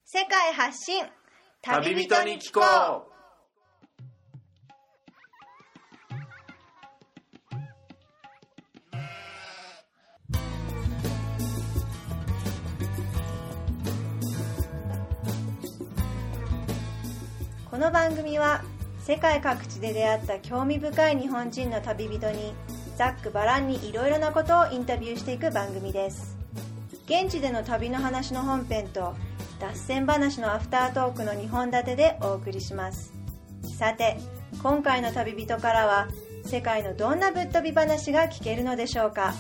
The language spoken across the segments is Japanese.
世界発信旅人に聞こう。 この番組は世界各地で出会った興味深い日本人の旅人にざっくばらんにいろいろなことをインタビューしていく番組です。現地での旅の話の本編と脱線話のアフタートークの2本立てでお送りします。さて、今回の旅人からは世界のどんなぶっ飛び話が聞けるのでしょうか。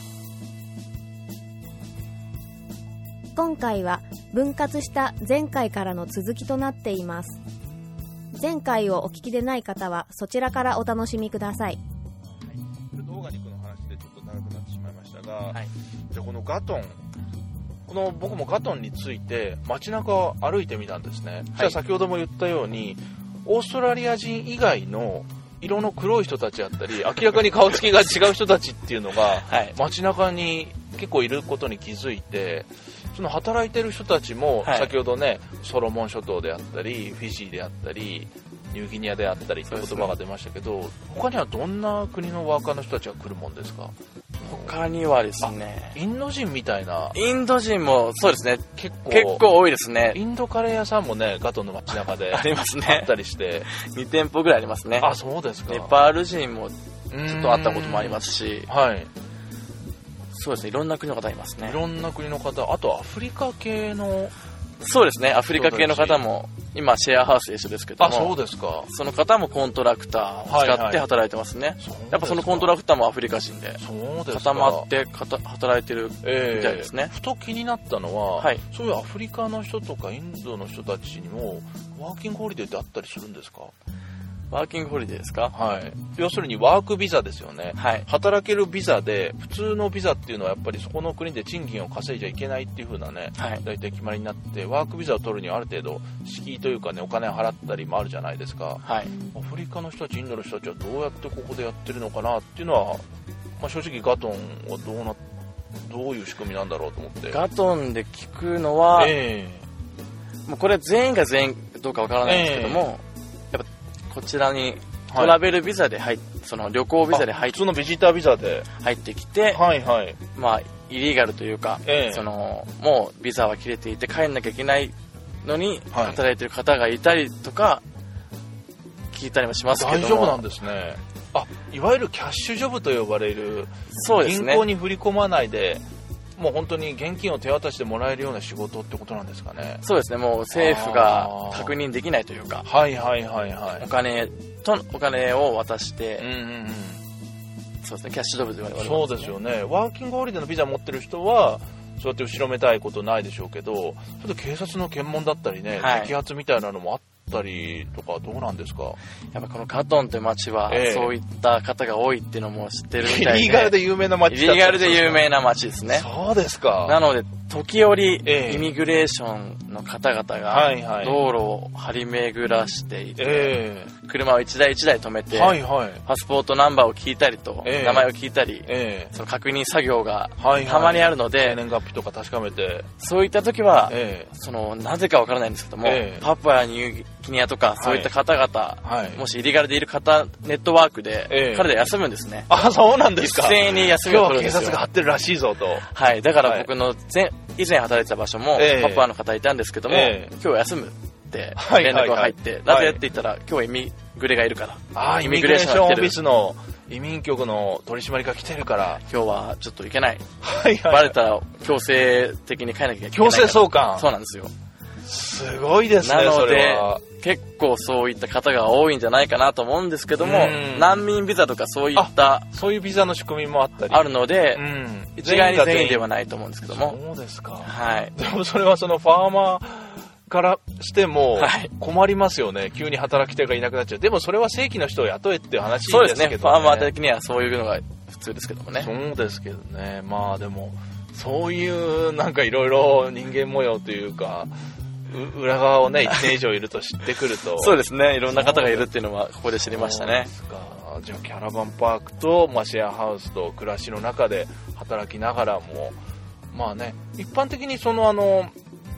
今回は分割した前回からの続きとなっています。前回をお聞きでない方はそちらからお楽しみください。 ちょっとオーガニックの話でちょっと長くなってしまいましたが、 はい、 じゃあこのガトン、僕もガトンについて街中を歩いてみたんですね。じゃあ先ほども言ったようにオーストラリア人以外の色の黒い人たちだったり明らかに顔つきが違う人たちっていうのが街中に結構いることに気づいて、その働いてる人たちも先ほどね、ソロモン諸島であったりフィジーであったりニューギニアであったりって言葉が出ましたけど、他にはどんな国のワーカーの人たちが来るもんですか？ 他にはですね、 インド人みたいな。 インド人もそうですね、結構多いですね。 インドカレー屋さんもね、ガトンの街中でありますね。 あったりして 2店舗ぐらいありますね。 あ、そうですか。 ネパール人もちょっと会ったこともありますし、 はい、 そうですね、いろんな国の方いますね。 いろんな国の方、あとアフリカ系の。 そうですね、アフリカ系の方も今シェアハウスで一緒ですけども、 あ、そうですか。 その方もコントラクターを使って働いてますね。はいはい、やっぱそのコントラクターもアフリカ人で固まって働いてるみたいですね。 ふと気になったのは、 はい、 そういうアフリカの人とかインドの人たちにもワーキングホリデーってあったりするんですか？ ワーキングホリデーですか？ はい。要するにワークビザですよね。 はい。 働けるビザで、普通のビザっていうのはやっぱりそこの国で賃金を稼いじゃいけないっていう風なね、 はい、 大体決まりになって、ワークビザを取るにはある程度敷居というかね、お金を払ったりもあるじゃないですか。 はい。 アフリカの人たち、インドの人たちはどうやってここでやってるのかなっていうのは、まあ、正直ガトンはどういう仕組みなんだろうと思って。 ガトンで聞くのは、もうこれ全員が全員どうかわからないんですけども、やっぱこちらにトラベルビザでその旅行ビザで入って、 普通のビジタービザで入ってきて、 はいはい、 まあイリーガルというか、もうビザは切れていて帰んなきゃいけないのに働いてる方がいたりとか聞いたりもしますけども。 大丈夫なんですね。あ、いわゆるキャッシュジョブと呼ばれる、 そうですね、 銀行に振り込まないでもう本当に現金を手渡しでもらえるような仕事ってことなんですかね。 そうですね、もう政府が確認できないというか、 はいはいはいはい、 お金を渡して、そうですね、キャッシュジョブと言われますね。 そうですよね。ワーキングホリデーのビザ持ってる人はそうやって後ろめたいことないでしょうけど、ちょっと警察の検問だったりね、摘発みたいなのもあったりとかどうなんですか？ やっぱこのガトンという街は、そういった方が多いっていうのも知ってるみたいで、 イリーガルで有名な街だったんですか？ イリーガルで有名な街ですね。 そうですか。 なので時折、イミグレーションの方々が道路を張り巡らしていて、車を一台一台止めて、パスポートナンバーを聞いたりと、名前を聞いたり、その確認作業がたまにあるので、 生年月日とか確かめて、 そういった時は、なぜかわからないんですけども、パプアニューギニアとかそういった方々、もしイリーガルでいる方ネットワークで、彼ら休むんですね。 あ、そうなんですか。 一斉に休みを取るんですよ。 今日は警察が張ってるらしいぞと。 はい、だから僕の以前働いてた場所も、パプアの方いたんですけども、今日休むって連絡が入って、なぜって言ったら、今日はイミグレがいるから。 イミグレーションオフィスの移民局の取締りが来てるから、 今日はちょっと行けない。バレたら強制的に帰らなきゃいけない。 強制送還。 そうなんですよ。 すごいですね。 なので結構そういった方が多いんじゃないかなと思うんですけども、難民ビザとかそういったそういうビザの仕組みもあったりあるので、一概に全員ではないと思うんですけども。 そうですか。 はい。 でもそれはそのファーマーからしても困りますよね。急に働き手がいなくなっちゃう。でもそれは正規の人を雇えっていう話ですけどね。 そうですね。ファーマー的にはそういうのが普通ですけどもね。 そうですけどね。まあでもそういうなんかいろいろ人間模様というか。裏側をね1年以上いると知ってくるとそうですね、いろんな方がいるっていうのはここで知りましたね。 じゃあキャラバンパークと、シェアハウスと暮らしの中で働きながらもまあね、一般的にその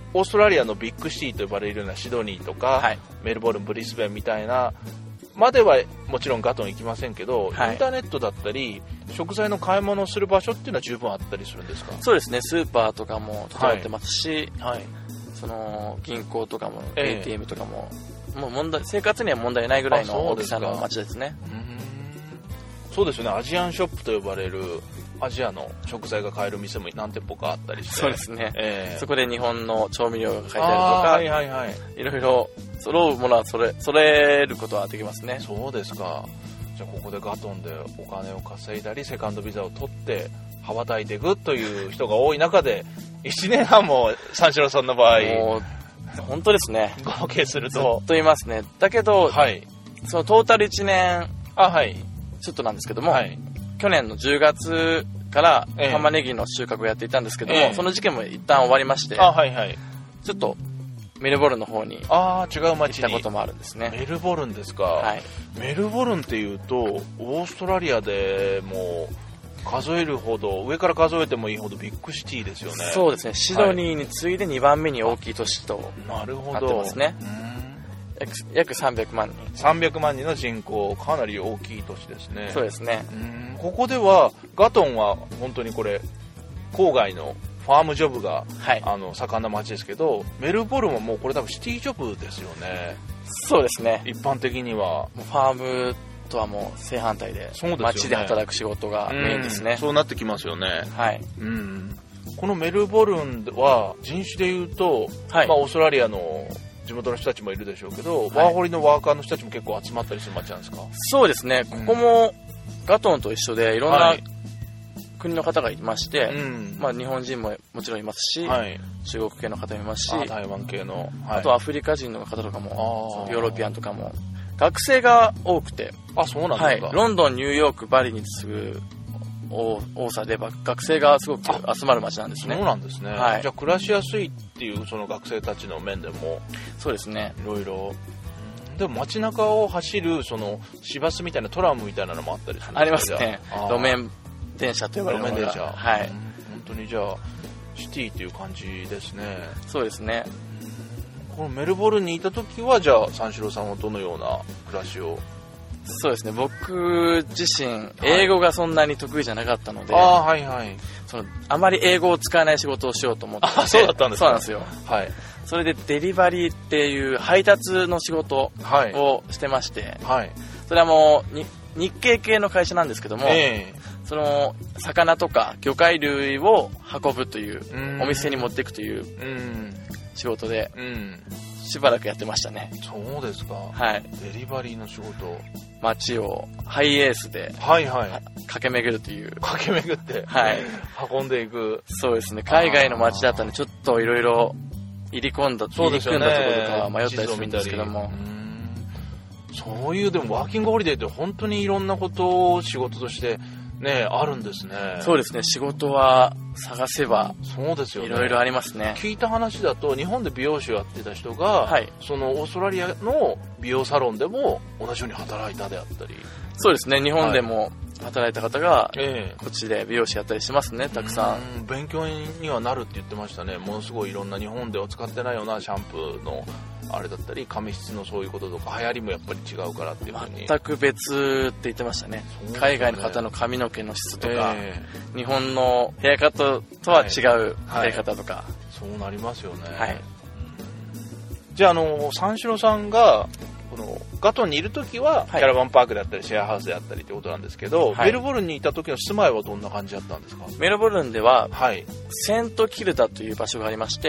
オーストラリアのビッグシティと呼ばれるようなシドニーとか、はい、メルボルン、ブリスベンみたいなまではもちろんガトン行きませんけど、はい、インターネットだったり食材の買い物をする場所っていうのは十分あったりするんですか？ そうですね、スーパーとかも整ってますし、はい、その銀行とかも ATM とかも、もう生活には問題ないぐらいの大きさの街ですね。 そうですよね、アジアンショップと呼ばれるアジアの食材が買える店も何店舗かあったりして、 そうですね、そこで日本の調味料が買えたりとか、はいはいはい、いろいろ揃うものは揃えることはできますね。 そうですか。じゃあここでガトンでお金を稼いだりセカンドビザを取って羽ばたいていくという人が多い中で1年半も三四郎さんの場合もう本当ですね、 合計するとずっといますね。だけど、はい、そのトータル1年ちょっとなんですけども、はい、去年の10月から玉ねぎの収穫をやっていたんですけども、その時期も一旦終わりまして、はいはい、ちょっとメルボルンの方に違う街に行ったこともあるんですね。 メルボルンですか、はい、メルボルンっていうとオーストラリアでも数えるほど上から数えてもいいほどビッグシティですよね。 そうですね、シドニーに次いで2番目に大きい都市となってますね。約300万人 300万人の人口、かなり大きい都市ですね。 そうですね。 ここではガトンは本当にこれ郊外のファームジョブが、はい、盛んな街ですけど、メルボルンはもうこれ多分シティジョブですよね。 そうですね、 一般的にはもうファームとはもう正反対で、街で働く仕事がメインですね。 そうなってきますよね。 はい、 このメルボルンは人種でいうと、はい、オーストラリアの地元の人たちもいるでしょうけど、はい、ワーホリのワーカーの人たちも結構集まったりする街なんですか？ そうですね、ここもガトンと一緒でいろんな国の方がいまして、日本人ももちろんいますし、はい、中国系の方もいますし、 台湾系の、 はい、あとアフリカ人の方とかも、ヨーロピアンとかも学生が多くて、 そうなんですか。 はい、ロンドン、ニューヨーク、バリに次ぐ多さで学生がすごく集まる街なんですね。 そうなんですね、はい、じゃあ暮らしやすいっていうその学生たちの面でもそうですね、 いろいろ。でも街中を走るその市バスみたいなトラムみたいなのもあったりするんですか？ ありますね、路面電車と呼ばれるものが。 路面電車、 はい、 本当にじゃあシティっていう感じですね。 そうですね。 このメルボルンにいた時はじゃあ三四郎さんはどのような暮らしを？ そうですね、僕自身英語がそんなに得意じゃなかったので、 はいはい、 あまり英語を使わない仕事をしようと思ってて。 そうだったんですか？ そうなんですよ、はい、それでデリバリーっていう配達の仕事をしてまして、はい、それはもう日系系の会社なんですけども、その魚とか魚介類を運ぶというお店に持っていくという仕事でしばらくやってましたね。 そうですか、 はい、 デリバリーの仕事、 街をハイエースで駆け巡るという、 駆け巡って、はい、運んでいく。 そうですね、海外の街だったんでちょっといろいろ入り込んだところとかは迷ったりするんですけども、 そういうでもワーキングホリデーって本当にいろんなことを仕事としてね、あるんですね。 そうですね、仕事は探せばそうですよね、 いろいろありますね。 聞いた話だと日本で美容師をやってた人が、はい、そのオーストラリアの美容サロンでも同じように働いたであったり。 そうですね、日本でも働いた方がこっちで美容師やったりしますね、たくさん。 勉強にはなるって言ってましたね。ものすごいいろんな日本では使ってないようなシャンプーのあれだったり髪質のそういうこととか流行りもやっぱり違うからっていうふうに全く別って言ってましたね。海外の方の髪の毛の質とか、日本のヘアカットとは違うヘア方とか、 そうなりますよね、 はい、 じゃあ三四郎さんがこのガトンにいるときはキャラバンパークであったりシェアハウスであったりってことなんですけど、はい、メルボルンにいた時の住まいはどんな感じだったんですか？ メルボルンでは、はい、セントキルダという場所がありまして、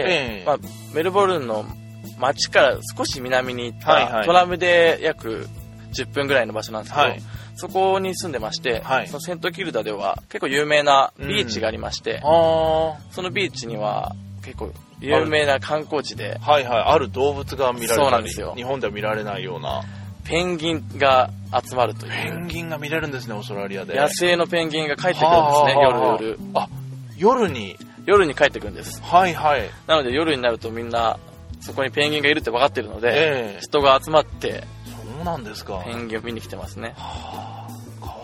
メルボルンの街から少し南に行った、はいはい、トラムで約10分ぐらいの場所なんですけど、はい、そこに住んでまして、はい、そのセントキルダでは結構有名なビーチがありまして、そのビーチには結構有名な観光地で、 はいはい、ある動物が見られたり、 そうなんですよ、 日本では見られないようなペンギンが集まるという。 ペンギンが見れるんですね、オーストラリアで。 野生のペンギンが帰ってくるんですね、夜に帰ってくるんです。 はいはい。 なので夜になるとみんなそこにペンギンがいるって分かってるので、人が集まって、 そうなんですか、 ペンギンを見に来てますね。 かわ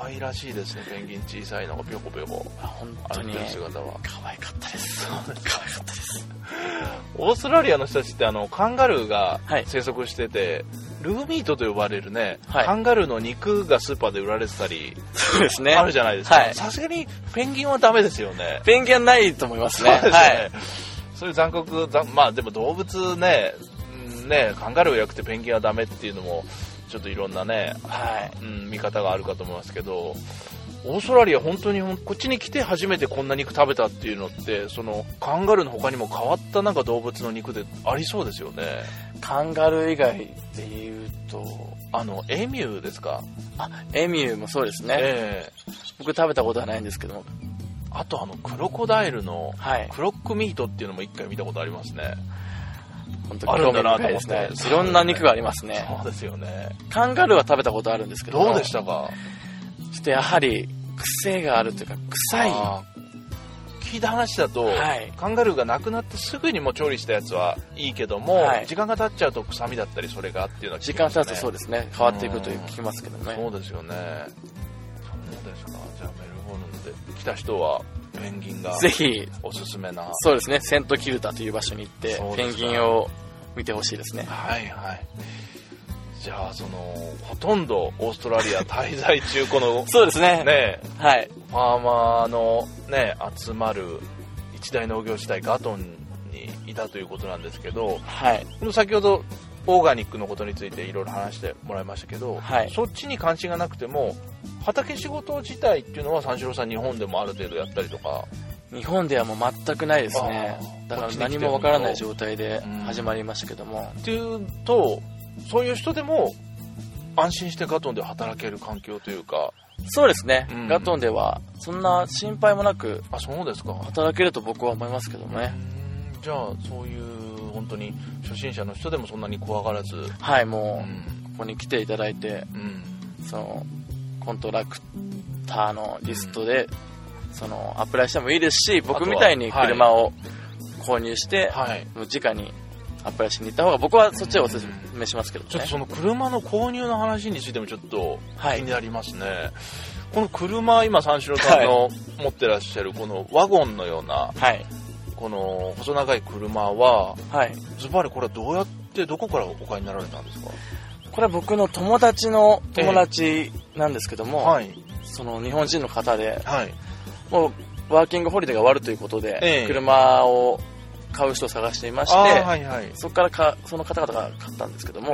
愛らしいですね。ペンギン小さいのがぴょこぴょこ本当に姿は可愛かったです。可愛かったです。 オーストラリアの人たちってカンガルーが生息してて、ルーミートと呼ばれるね、カンガルーの肉がスーパーで売られてたり、 そうですね、 あるじゃないですか。さすがにペンギンはダメですよね。 ペンギンはないと思いますね。 そうですね。そういう残酷、まあでも動物ね、カンガルーが良くてペンギンはダメっていうのもちょっといろんなね、見方があるかと思いますけど、オーストラリア本当にこっちに来て初めてこんな肉食べたっていうのって、そのカンガルーの他にも変わったなんか動物の肉でありそうですよね。 カンガルー以外で言うとエミューですか。 エミューもそうですね、僕食べたことはないんですけども、 あとクロコダイルのクロックミートっていうのも一回見たことありますね。 本当に興味深いですね。いろんな肉がありますね。 そうですよね。 カンガルーは食べたことあるんですけど、 どうでしたか。 ちょっとやはり癖があるというか臭い。 聞いた話だと、カンガルーが亡くなってすぐにも調理したやつはいいけども、時間が経っちゃうと臭みだったりそれがっていうのは聞きますね。 時間経つとそうですね、変わっていくと聞きますけどね。 そうですよね。そうですか。じゃあメルボルンで来た人はペンギンがぜひおすすめな。 そうですね、セントキルタという場所に行ってペンギンを見てほしいですね。 はいはい。じゃあほとんどオーストラリア滞在中このそうですね。 ファーマーの集まる一大農業地帯ガトンにいたということなんですけど、先ほどオーガニックのことについていろいろ話してもらいましたけど、そっちに関心がなくても畑仕事自体っていうのは三四郎さん日本でもある程度やったりとか。 日本ではもう全くないですね。だから何もわからない状態で始まりましたけども、 っていうとそういう人でも安心してガトンで働ける環境というか。 そうですね、ガトンではそんな心配もなくそうですか、 働けると僕は思いますけどね。 じゃあそういう本当に初心者の人でもそんなに怖がらず、 もうここに来ていただいて、そのコントラクターのリストでアプライしてもいいですし、僕みたいに車を購入して、もう直にアプライしに行った方が僕はそっちをおすすめしますけどね。 ちょっとその車の購入の話についてもちょっと気になりますね。この車、今三四郎さんの持ってらっしゃるこのワゴンのような、この細長い車は、ズバリこれはどうやってどこからお買いになられたんですか。 これは僕の友達の友達なんですけども、その日本人の方で、もうワーキングホリデーが終わるということで、車を買う人を探していまして、そこからその方々が買ったんですけども、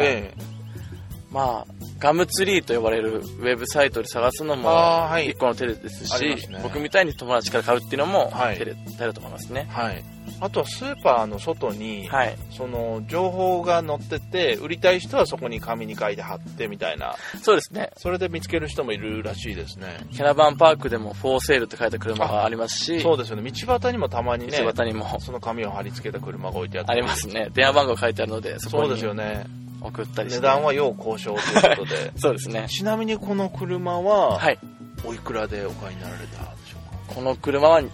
ガムツリーと呼ばれるウェブサイトで探すのも一個の手ですし、僕みたいに友達から買うっていうのも手だと思いますね。 あとはスーパーの外に、その情報が載ってて、売りたい人はそこに紙に書いて貼ってみたいな。 そうですね。 それで見つける人もいるらしいですね。 キャラバンパークでもフォーセールって書いた車がありますし、 そうですよね。道端にもたまにね、 道端にもその紙を貼り付けた車が置いてあってありますね。電話番号書いてあるので、そこにそうですよね。 送ったりして、 値段は要交渉ということでそうですね。 ちなみにこの車は、おいくらでお買いになられたでしょうか。 この車は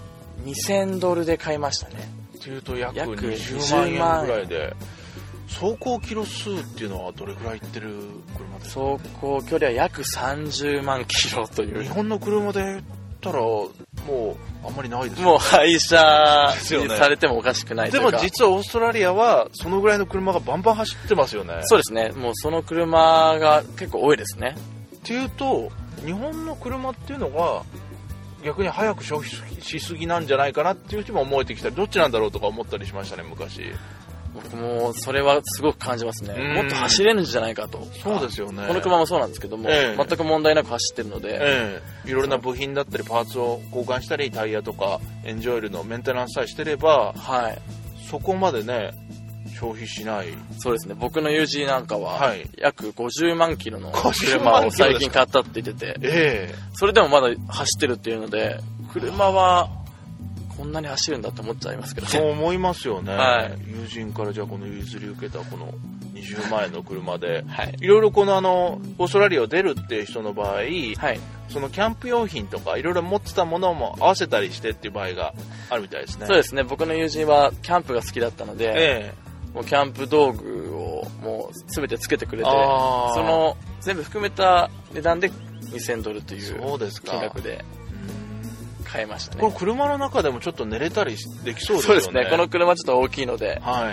$2000で買いましたね。 というと約20万円ぐらいで、走行キロ数っていうのはどれくらいいってる車ですか。 走行距離は約30万キロという。 日本の車で言ったらもうあんまりないですよね。 もう廃車にされてもおかしくないというか。 でも実はオーストラリアはそのぐらいの車がバンバン走ってますよね。 そうですね。もうその車が結構多いですね。 っていうと日本の車っていうのが逆に早く消費しすぎなんじゃないかなっていう人も思えてきたり、どっちなんだろうとか思ったりしましたね、昔。 僕もそれはすごく感じますね。もっと走れるんじゃないかと。 そうですよね。 この車もそうなんですけども、全く問題なく走ってるので、 いろいろな部品だったりパーツを交換したり、タイヤとかエンジンオイルのメンテナンスさえしてれば、そこまでね消費しない。 そうですね。僕の友人なんかは、約50万キロの車を最近買ったって言ってて、それでもまだ走ってるっていうので、車はこんなに走るんだって思っちゃいますけどね。 そう思いますよね。友人からじゃあこの譲り受けたこの20万円の車で、いろいろこのオーストラリアを出るっていう人の場合、そのキャンプ用品とかいろいろ持ってたものも合わせたりしてっていう場合があるみたいですね。 そうですね。僕の友人はキャンプが好きだったので、もうキャンプ道具をもう全てつけてくれて、その全部含めた値段で 2000ドルという金額で買いましたね。 これ車の中でもちょっと寝れたりできそうですよね。 そうですね。この車ちょっと大きいので、はい、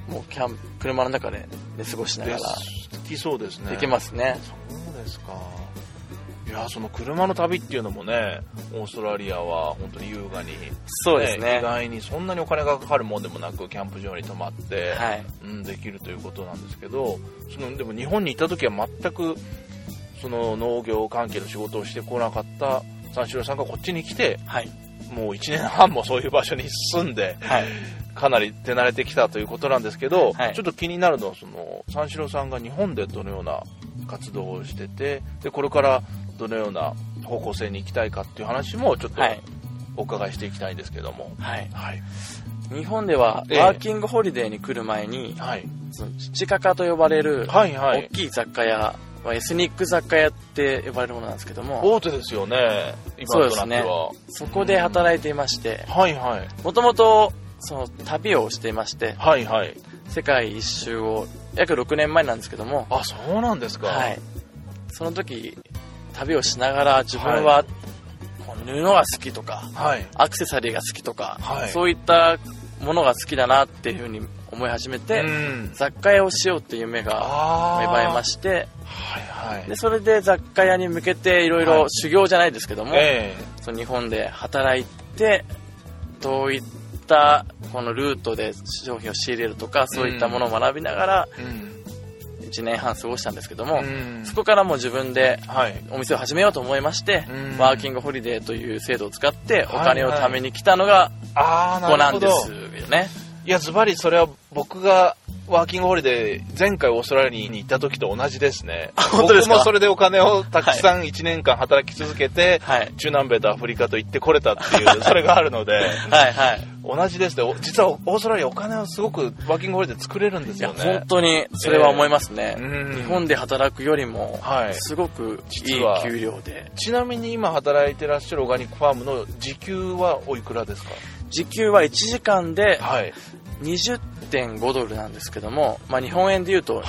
もう車の中で寝過ごしながらできそうですね。 できますね。 そうですか。いや、その車の旅っていうのもね、オーストラリアは本当に優雅に、 そうですね、 意外にそんなにお金がかかるもんでもなくキャンプ場に泊まって、はい、できるということなんですけど、でも日本に行った時は全くその農業関係の仕事をしてこなかった三四郎さんがこっちに来て、はい、もう1年半もそういう場所に住んで、はい、かなり手慣れてきたということなんですけど、はい、ちょっと気になるのは三四郎さんが日本でどのような活動をしてて、でこれからどのような方向性に行きたいかっていう話もちょっとお伺いしていきたいんですけども、 はいはい、日本ではワーキングホリデーに来る前に、そのチチカカと呼ばれる大きい雑貨屋、エスニック雑貨屋って呼ばれるものなんですけども、 大手ですよね、今となっては。そうですね。 そこで働いていまして、もともとその旅をしていまして、はいはい、世界一周を約6年前なんですけども。 あ、そうなんですか。 はい。その時旅をしながら自分は布が好きとか、はい、アクセサリーが好きとか、はい、そういったものが好きだなっていうふうに思い始めて、雑貨屋をしようっていう夢が芽生えまして、はいはい、でそれで雑貨屋に向けていろいろ修行じゃないですけども、その日本で働いてどういったこのルートで商品を仕入れるとか、そういったものを学びながら、1年半過ごしたんですけども、そこからもう自分でお店を始めようと思いまして、ワーキングホリデーという制度を使ってお金を貯めに来たのがここなんですよね。 いや、ズバリそれは僕がワーキングホリデー前回オーストラリアに行った時と同じですね。 本当ですか？ 僕もそれでお金をたくさん1年間働き続けて、はい、中南米とアフリカと行ってこれたっていうそれがあるのではい、はい、同じですね。実はオーストラリアお金をすごくワーキングホリデー作れるんですよね。 いや、本当にそれは思いますね。日本で働くよりもすごくいい給料で。 ちなみに今働いてらっしゃるオーガニックファームの時給はおいくらですか？ 時給は1時間で20.5 ドルなんですけども、まあ、日本円でいうと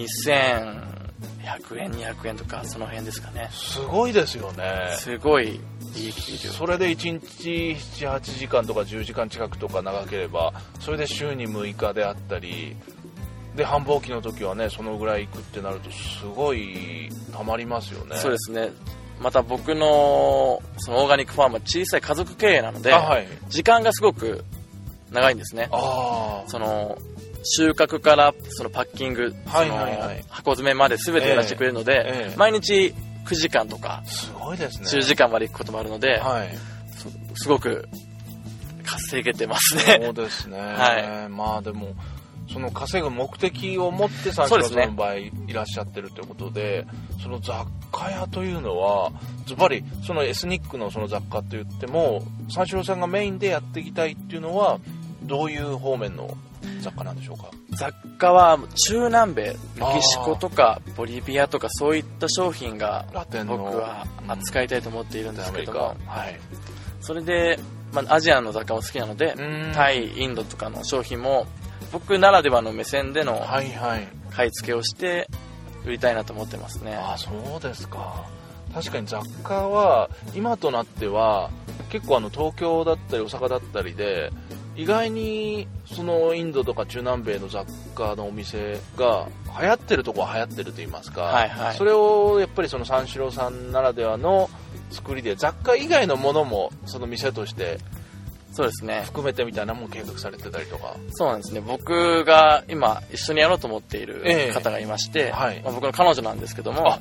2100円200円とかその辺ですかね。 すごいですよね。 すごいいい給料。 それで1日 7,8 時間とか10時間近くとか長ければ、それで週に6日であったりで、繁忙期の時はねそのぐらい行くってなるとすごいたまりますよね。 そうですね。また僕のそのオーガニックファームは小さい家族経営なので、はい、時間がすごく長いんですね。その収穫からそのパッキング、はいはいはい、箱詰めまで全てやらせてくれるので、毎日9時間とかすごいですね。 10時間まで行くこともあるので、はい、すごく稼げてますね。 そうですね、はい、まあでもその稼ぐ目的を持って三四郎さんの場合いらっしゃってるということで、その雑貨屋というのはズバリそのエスニックのその雑貨といっても三四郎さんがメインでやっていきたいっていうのはどういう方面の雑貨なんでしょうか？ 雑貨は中南米、メキシコとかボリビアとかそういった商品が僕は扱いたいと思っているんですけども、はい、それで、まあ、アジアの雑貨も好きなのでタイ、インドとかの商品も僕ならではの目線での買い付けをして売りたいなと思ってますね。 あ、そうですか。確かに雑貨は今となっては結構東京だったり大阪だったりで意外にそのインドとか中南米の雑貨のお店が流行ってるとこは流行ってると言いますか、はいはい、それをやっぱりその三四郎さんならではの作りで雑貨以外のものもその店としてそうですね。 含めてみたいなのも計画されてたりとか。 そうなんですね。僕が今一緒にやろうと思っている方がいまして、はいまあ、僕の彼女なんですけども、はい、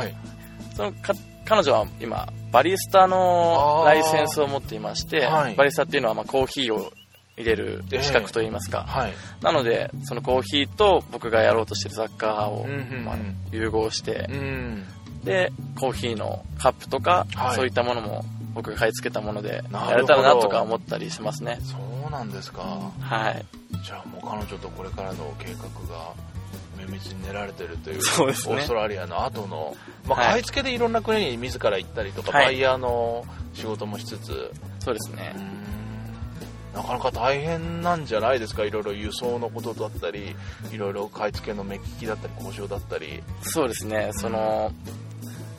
その彼女は今バリスタのライセンスを持っていまして、はい、バリスタっていうのはまあコーヒーを入れる資格といいますか、はい、なのでそのコーヒーと僕がやろうとしている雑貨を、まあ、融合して、でコーヒーのカップとか、はい、そういったものも僕が買い付けたものでやれたらなとか思ったりしますね。 そうなんですか。 はい。 じゃあもう彼女とこれからの計画が綿密に練られてるという。 そうですね。 オーストラリアの後の、まあ、買い付けでいろんな国に自ら行ったりとか、はい、バイヤーの仕事もしつつ。 そうですね。 なかなか大変なんじゃないですか。いろいろ輸送のことだったり、いろいろ買い付けの目利きだったり交渉だったり。 そうですね。その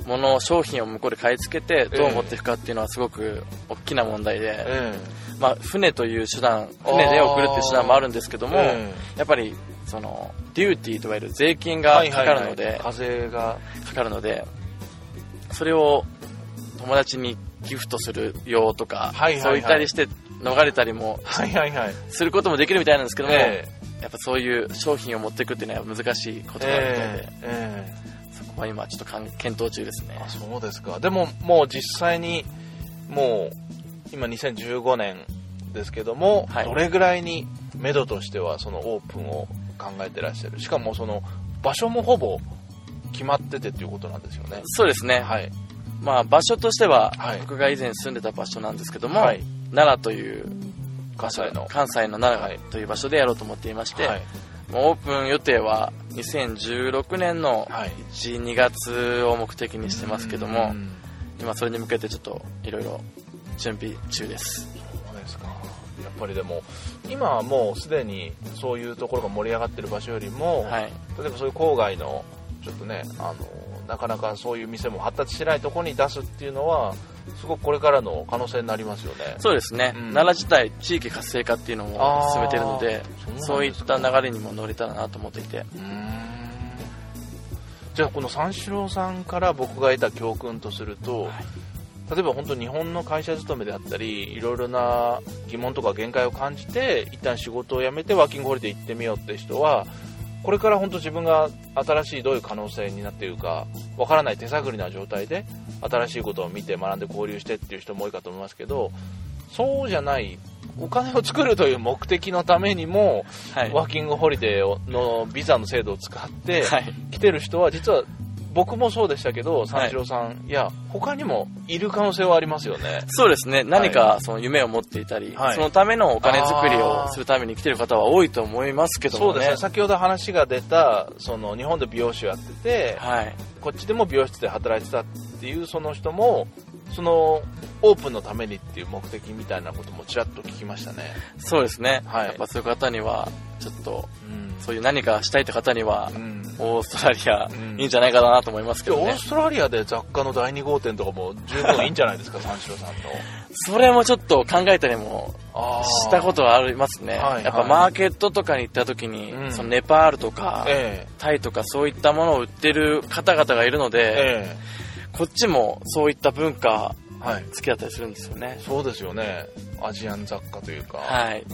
商品を向こうで買い付けてどう持っていくかっていうのはすごく大きな問題で、まあ、船という手段、船で送るっていう手段もあるんですけども、やっぱりそのデューティーといわれる税金がかかるので、 課税がかかるので、それを友達にギフトするよとか、そういったりして逃れたりもすることもできるみたいなんですけども、やっぱそういう商品を持っていくっていうのは難しいことなので、そこは今ちょっと検討中ですね。 あ、そうですか。でももう実際にもう今2015年ですけども、どれぐらいに目処としてはそのオープンを考えてらっしゃる。しかもその場所もほぼ決まっててっていうことなんですよね。 そうですね。まあ、場所としては、僕が以前住んでた場所なんですけども、奈良という関西の奈良という場所でやろうと思っていまして、オープン予定は2016年の1、2月を目的にしてますけども、今それに向けてちょっといろいろ準備中です。 そうですか。やっぱりでも今はもうすでにそういうところが盛り上がってる場所よりも、例えばそういう郊外のちょっとね、なかなかそういう店も発達してないところに出すっていうのはすごくこれからの可能性になりますよね。 そうですね、奈良自体地域活性化っていうのも進めているので、そういった流れにも乗れたらなと思っていて。 じゃあこの三四郎さんから僕が得た教訓とすると、例えば本当日本の会社勤めであったりいろいろな疑問とか限界を感じて一旦仕事を辞めてワーキングホリデー行ってみようって人は、これから本当自分が新しいどういう可能性になっているかわからない手探りな状態で新しいことを見て学んで交流してっていう人も多いかと思いますけど、そうじゃないお金を作るという目的のためにも、ワーキングホリデーのビザの制度を使って来てる人は実は僕もそうでしたけど、三四郎さん、いや他にもいる可能性はありますよね。 そうですね。何かその夢を持っていたり、そのためのお金作りをするために来てる方は多いと思いますけどもね。 そうですね。先ほど話が出たその日本で美容師をやってて、こっちでも美容室で働いてたっていうその人もそのオープンのためにっていう目的みたいなこともちらっと聞きましたね。 そうですね。やっぱそういう方にはちょっと、そういう何かしたいって方には、オーストラリア、いいんじゃないかなと思いますけどね。 オーストラリアで雑貨の第2号店とかも十分いいんじゃないですか、三四郎さんの。 それもちょっと考えたりもしたことはありますね。やっぱマーケットとかに行った時に、そのネパールとか、タイとかそういったものを売ってる方々がいるので、こっちもそういった文化好きだったりするんですよね。 そうですよね。アジアン雑貨というか。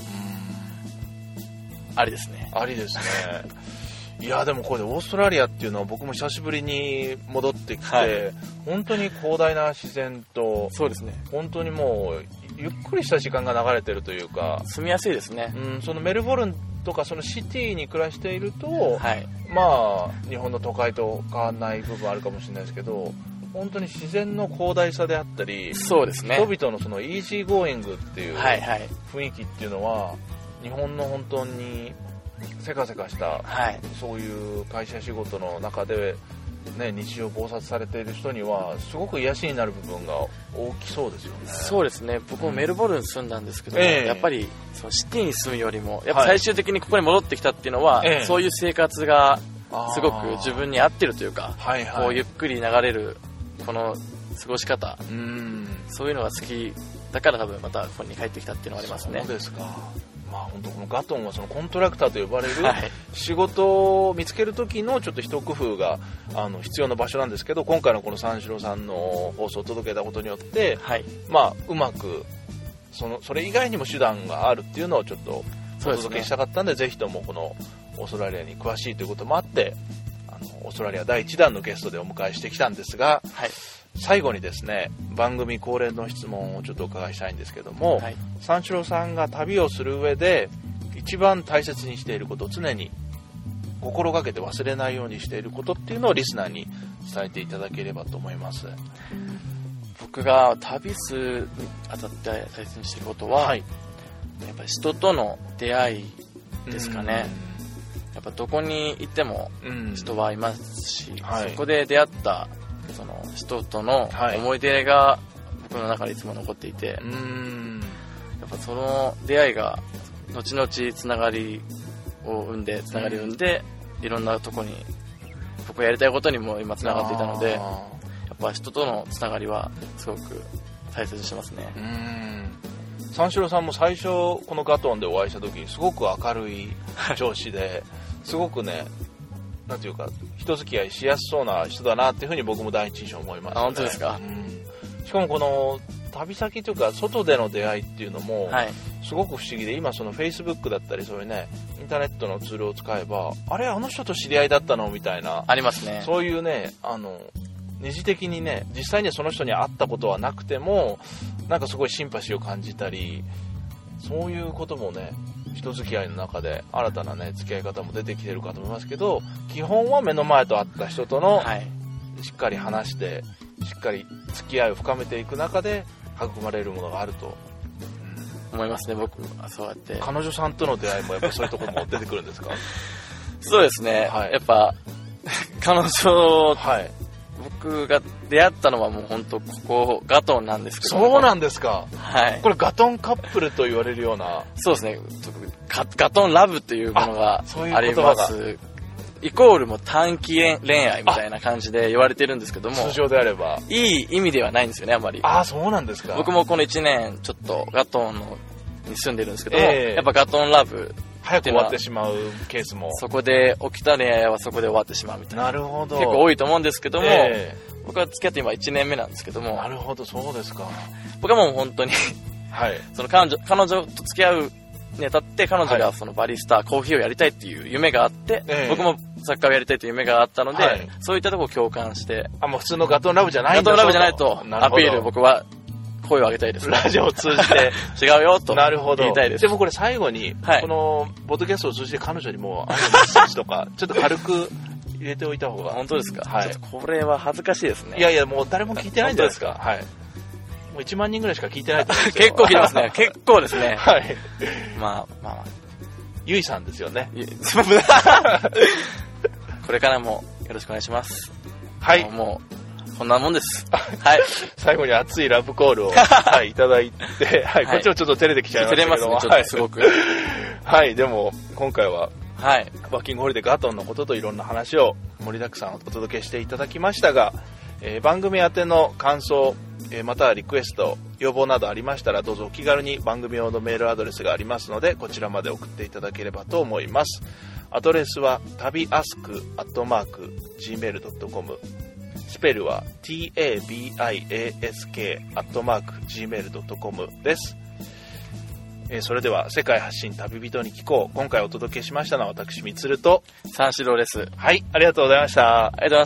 ありですね。 ありですね。いやでもこれでオーストラリアっていうのは僕も久しぶりに戻ってきて、本当に広大な自然と、 そうですね。 本当にもうゆっくりした時間が流れてるというか、 住みやすいですね。 そのメルボルンとかそのシティに暮らしていると、まあ日本の都会と変わらない部分あるかもしれないですけど、本当に自然の広大さであったり、 そうですね。 人々のそのイージーゴーイングっていう雰囲気っていうのは、日本の本当にせかせかした、そういう会社仕事の中で、日常忙殺されている人にはすごく癒しになる部分が大きそうですよね。 そうですね。僕もメルボルン住んだんですけど、やっぱりそのシティに住むよりもやっぱ最終的にここに戻ってきたっていうのは、そういう生活がすごく自分に合ってるというか、こうゆっくり流れるこの過ごし方、そういうのが好きだから多分またここに帰ってきたっていうのがありますね。 そうですか。まあ本当このガトンはそのコントラクターと呼ばれる仕事を見つける時のちょっと一工夫が必要な場所なんですけど、今回のこの三四郎さんの放送を届けたことによって、まあうまくそれ以外にも手段があるっていうのをちょっとお届けしたかったんで、ぜひともこのオーストラリアに詳しいということもあってオーストラリア第1弾のゲストでお迎えしてきたんですが、最後にですね、番組恒例の質問をちょっとお伺いしたいんですけども、三四郎さんが旅をする上で一番大切にしていること、常に心がけて忘れないようにしていることっていうのをリスナーに伝えていただければと思います。 僕が旅するにあたって大切にしていることは、やっぱり人との出会いですかね。やっぱどこに行っても人はいますし、そこで出会ったその人との思い出が僕の中でいつも残っていて、やっぱその出会いが後々つながりを生んでいろんなとこに僕がやりたいことにも今つながっていたので、やっぱ人とのつながりはすごく大切にしてますね。 三四郎さんも最初このガトンでお会いした時すごく明るい調子ですごくね、なんていうか人付き合いしやすそうな人だなっていうふうに僕も第一印象思いましたね。 本当ですか。 しかもこの旅先というか外での出会いっていうのもすごく不思議で、今その Facebook だったりそういうねインターネットのツールを使えばあれあの人と知り合いだったのみたいなありますね。 そういうね二次的にね実際にその人に会ったことはなくてもなんかすごいシンパシーを感じたり、そういうこともね人付き合いの中で新たなね付き合い方も出てきてるかと思いますけど、基本は目の前と会った人とのしっかり話してしっかり付き合いを深めていく中で育まれるものがあると、 思いますね。僕はそうやって彼女さんとの出会いもやっぱそういうところも出てくるんですか？ そうですね、やっぱ彼女、僕が出会ったのはもう本当ここガトンなんですけど。 そうなんですか。 はい。 これガトンカップルと言われるような。 そうですね。ガトンラブというものがあります。イコールも短期恋愛みたいな感じで言われてるんですけども、 通常であればいい意味ではないんですよね、あまり。 そうなんですか。 僕もこの1年ちょっとガトンに住んでるんですけども、やっぱガトンラブ早く終わってしまうケースも、 そこで起きた恋愛はそこで終わってしまうみたいな。 なるほど。 結構多いと思うんですけども、僕は付き合って今1年目なんですけども。 なるほど、そうですか。 僕はもう本当にその彼女と付き合うにあたって彼女がそのバリスタ、コーヒーをやりたいっていう夢があって、僕もサッカーをやりたいという夢があったので、そういったところを共感して。 もう普通のガトンラブじゃないんだ。 ガトンラブじゃないとアピール僕は声を上げたいです。 ラジオを通じて違うよと言いたいです。 でもこれ最後に、このポッドキャストを通じて彼女にもメッセージとかちょっと軽く入れておいた方が。 本当ですか。ちょっとこれは恥ずかしいですね。 いやもう誰も聞いてないんじゃないですか。もう1万人ぐらいしか聞いてないと思うんですよ。結構聞いてますね。結構ですね。まあゆいさんですよね。 これからもよろしくお願いします。もうこんなもんです。 最後に熱いラブコールをいただいて、こっちもちょっと照れてきちゃいましたけど。 照れますね、ちょっとすごく。 でも今回はワーキングホリデーガトンのことといろんな話を盛りだくさんお届けしていただきましたが、番組宛ての感想、またはリクエスト、要望などありましたらどうぞお気軽に番組用のメールアドレスがありますのでこちらまで送っていただければと思います。アドレスはtabiask@gmail.com、 スペルは tabiask@gmail.com です。それでは世界発信旅人に聞こう、今回お届けしましたのは私みつると三四郎です。 ありがとうございました。 ありがとうございました。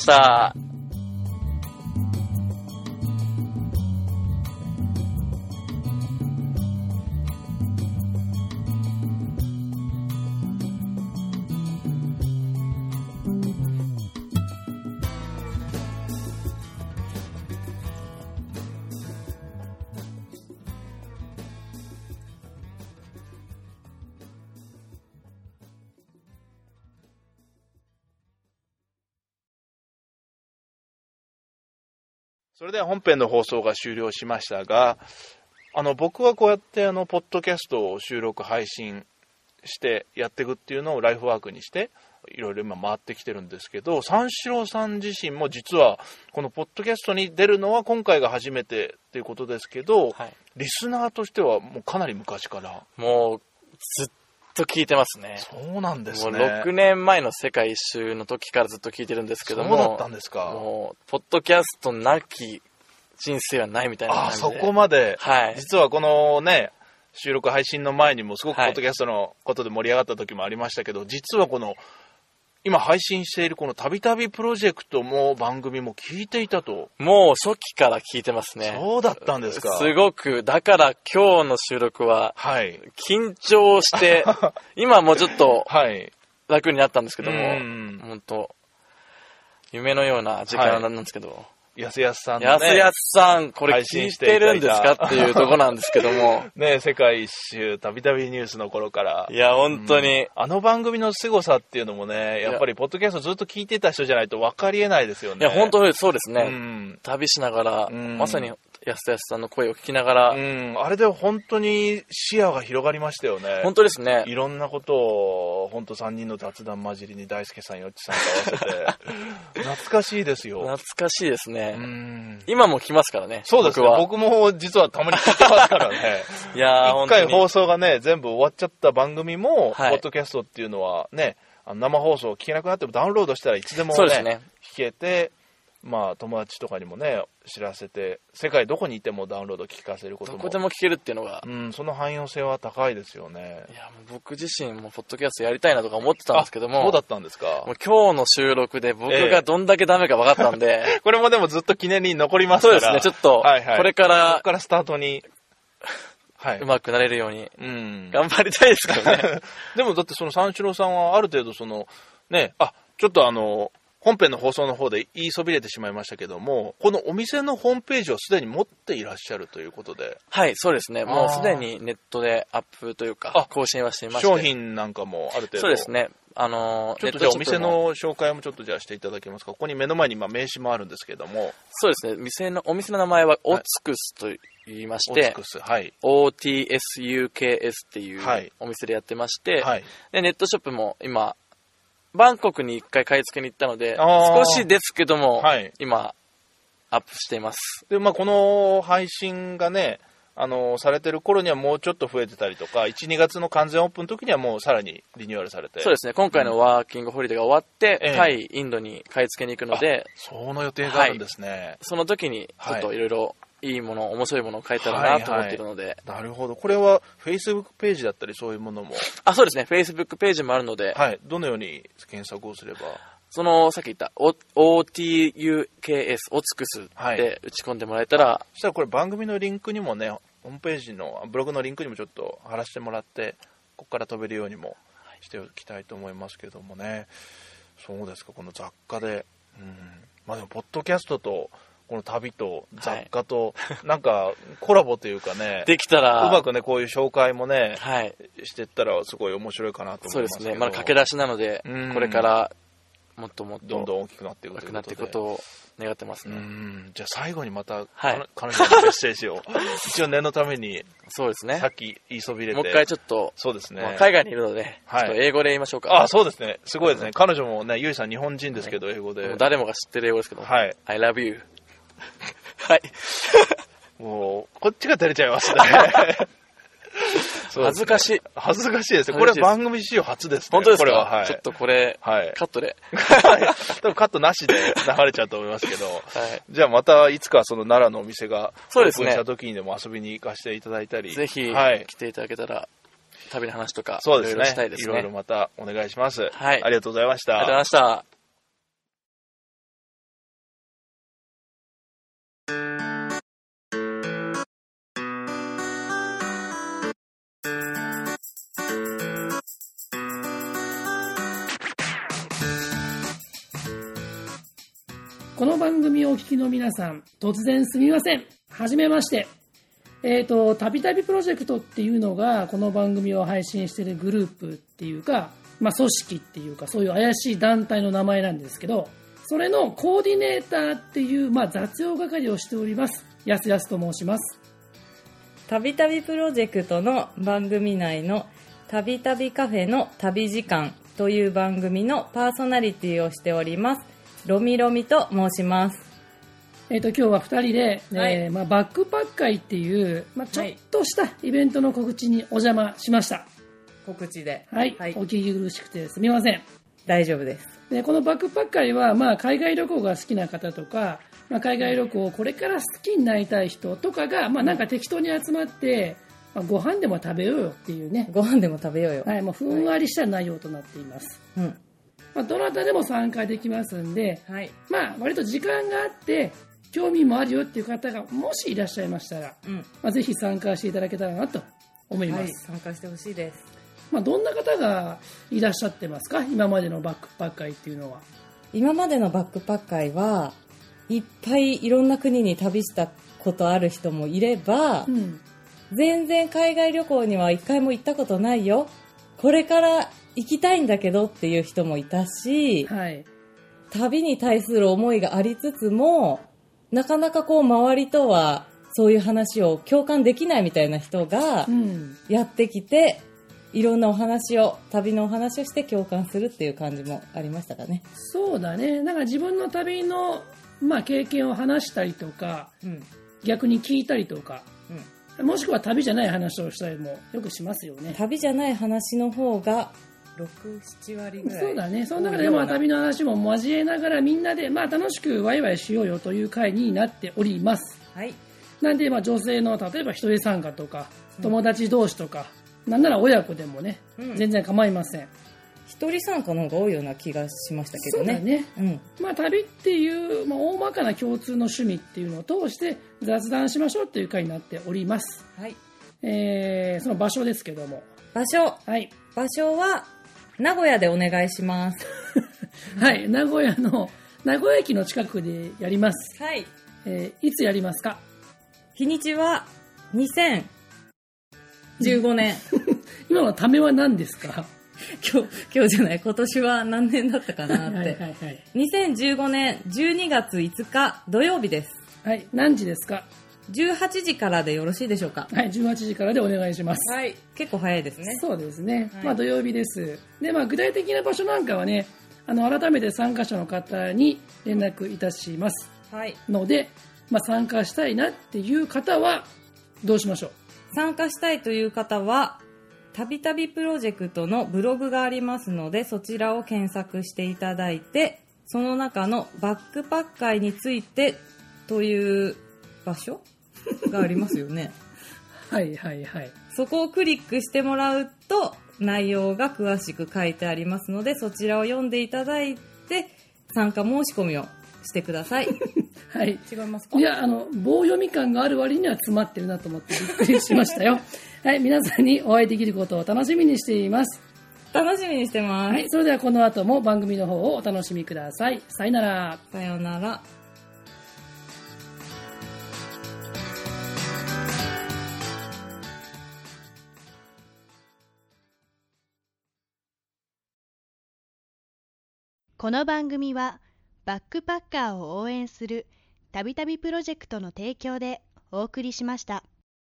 それでは本編の放送が終了しましたが、僕はこうやってポッドキャストを収録配信してやっていくっていうのをライフワークにしていろいろ今回ってきてるんですけど、三四郎さん自身も実はこのポッドキャストに出るのは今回が初めてっていうことですけど、リスナーとしてはもうかなり昔からもうずっと聞いてますね。 そうなんですね。 もう6年前の世界一周の時からずっと聞いてるんですけども。 そうだったんですか。 もうポッドキャストなき人生はないみたいな感じで。 そこまで、実はこのね収録配信の前にもすごくポッドキャストのことで盛り上がった時もありましたけど、実はこの今配信しているこのたびたびプロジェクトも番組も聞いていたと。 もう初期から聞いてますね。 そうだったんですか。 すごく。だから今日の収録は緊張して今もうちょっと楽になったんですけども、本当夢のような時間なんですけど、 やすやすさんのね、 やすやすさんこれ聞いてるんですかっていうところなんですけどもね、世界一周たびたびニュースの頃から、 いや本当に、 番組の凄さっていうのもね、やっぱりポッドキャストずっと聞いてた人じゃないと分かりえないですよね。 いや本当にそうですね、旅しながら、まさに安々さんの声を聞きながら、 あれで本当に視野が広がりましたよね。 本当ですね。 いろんなことを本当3人の雑談混じりに大輔さん、よっちさんと合わせて懐かしいですよ。 懐かしいですね。今も来ますからね。 そうですね。僕も実はたまに聞いてますからね。 いやー、 一回放送がね全部終わっちゃった番組も、ポッドキャストっていうのはね、生放送聞けなくなってもダウンロードしたらいつでもね聞けて、まあ友達とかにもね知らせて、世界どこにいてもダウンロード聞かせることも、 どこでも聞けるっていうのが、 その汎用性は高いですよね。 いやもう僕自身もポッドキャストやりたいなとか思ってたんですけども、 そうだったんですか。 もう今日の収録で僕がどんだけダメか分かったんで、 これもでもずっと記念に残りますから。 そうですね、ちょっとこれからスタートにうまくなれるように頑張りたいですけどね。 でもだってその三四郎さんはある程度そのね、ちょっと本編の放送の方で言いそびれてしまいましたけども、このお店のホームページをすでに持っていらっしゃるということで。 はい、そうですね。もうすでにネットでアップというか更新はしていまして、 商品なんかもある程度。 そうですね。 ちょっとじゃあお店の紹介もちょっとじゃあしていただけますか。ここに目の前に名刺もあるんですけども。 そうですね。お店の名前はオツクスと言いまして、 はい、 OTSUKS っていうお店でやってまして、はい、でネットショップも今バンコクに1回買い付けに行ったので少しですけども、はい、今アップしています。 で、この配信がねされてる頃にはもうちょっと増えてたりとか、1、2月の完全オープンの時にはもうさらにリニューアルされて。 そうですね。今回のワーキングホリデーが終わって、タイ、インドに買い付けに行くので、 その予定があるんですね。はい、 その時にちょっといろいろいいもの、面白いものを買えたらなと思っているので。 なるほど。これは Facebook ページだったりそういうものも。 そうですね。Facebook ページもあるので。 はい。どのように検索をすれば。 さっき言った OTUKS、オツクスで打ち込んでもらえたら。 そしたらこれ番組のリンクにもね、ホームページのブログのリンクにもちょっと貼らせてもらって、ここから飛べるようにもしておきたいと思いますけどもね。そうですか、この雑貨で。でもポッドキャストとこの旅と雑貨となんかコラボというかね、 できたらうまくねこういう紹介もね、していったらすごい面白いかなと思いますけど。 そうですね。まだ駆け出しなので、これからもっともっとどんどん大きくなっていくということを願ってますね。 じゃあ最後にまた、彼女のメッセージを一応念のために、 そうですね。 さっき言いそびれて、 もう一回ちょっと、 そうですね。 海外にいるので、ちょっと英語で言いましょうか。 そうですね。すごいですね。彼女もね、ゆいさん日本人ですけど、英語で。 誰もが知ってる英語ですけど、 はい。 I love you。はい。 もう、こっちが照れちゃいますね。 恥ずかしい。 恥ずかしいですね。これは番組史上初ですね。 本当ですか？ これは、 ちょっとこれ、カットで。 多分カットなしで流れちゃうと思いますけど、じゃあまたいつかその奈良のお店がオープンした時にでも遊びに行かせていただいたり。 ぜひ、来ていただけたら、旅の話とか、いろいろしたいですね。 いろいろまたお願いします。 はい。 ありがとうございました。 ありがとうございました。 この番組をお聞きの皆さん、突然すみません。はじめまして。たびたびプロジェクトっていうのが、この番組を配信しているグループっていうか、組織っていうか、そういう怪しい団体の名前なんですけど、それのコーディネーターっていう、雑用係をしております。やすやすと申します。 たびたびプロジェクトの番組内のたびたびカフェの旅時間という番組のパーソナリティをしております。ロミロミと申します。 今日は2人で、バックパッ会っていう、ちょっとしたイベントの告知にお邪魔しました。 告知で。 はい。お聞き苦しくてすみません。 大丈夫です。 で、このバックパッ会は、海外旅行が好きな方とか、海外旅行をこれから好きになりたい人とかが、なんか適当に集まって、ご飯でも食べようよっていうね。 ご飯でも食べようよ。 はい。ふんわりした内容となっています。どなたでも参加できますんで、割と時間があって興味もあるよっていう方がもしいらっしゃいましたら、ぜひ参加していただけたらなと思います。 参加してほしいです。 どんな方がいらっしゃってますか？今までのバックパック会っていうのは。 今までのバックパック会はいっぱいいろんな国に旅したことある人もいれば、全然海外旅行には一回も行ったことないよ、これから行きたいんだけどっていう人もいたし、旅に対する思いがありつつもなかなか周りとはそういう話を共感できないみたいな人がやってきて、いろんな旅のお話をして共感するっていう感じもありましたかね。 そうだね。なんか自分の旅の、経験を話したりとか、逆に聞いたりとか、もしくは旅じゃない話をしたりもよくしますよね。 旅じゃない話の方が6、7割ぐらい。 そうだね。その中で旅の話も交えながらみんなで楽しくワイワイしようよという会になっております。 はい。 なんで女性の例えば一人参加とか、友達同士とか、なんなら親子でもね、全然構いません。 一人参加の方が多いような気がしましたけどね。 そうだね。旅っていう、大まかな共通の趣味っていうのを通して雑談しましょうっていう会になっております。 はい。 その場所ですけども。 場所。 はい。 場所は名古屋でお願いします。 はい。名古屋駅の近くでやります。 はい。 いつやりますか？ 日にちは2015年。 今のためは何ですか？ 今日じゃない、今年は何年だったかなって。2015年12月5日土曜日です。 はい。何時ですか ？18時からでよろしいでしょうか？ はい、18時からでお願いします。 はい。結構早いですね。 そうですね。土曜日です。で、具体的な場所なんかはね、改めて参加者の方に連絡いたします。 はい。 ので、参加したいなっていう方はどうしましょう？ 参加したいという方は、たびたびプロジェクトのブログがありますので、そちらを検索していただいて、その中のバックパッカーについてという場所がありますよね。 はい。 そこをクリックしてもらうと内容が詳しく書いてありますので、そちらを読んでいただいて参加申し込みをしてください。 はい。 違いますか？ いや、棒読み感がある割には詰まってるなと思ってびっくりしましたよ。はい、皆さんにお会いできることを楽しみにしています。 楽しみにしてます。 はい、それではこの後も番組の方をお楽しみください。さよなら。 さよなら。 この番組はバックパッカーを応援するたびたびプロジェクトの提供でお送りしました。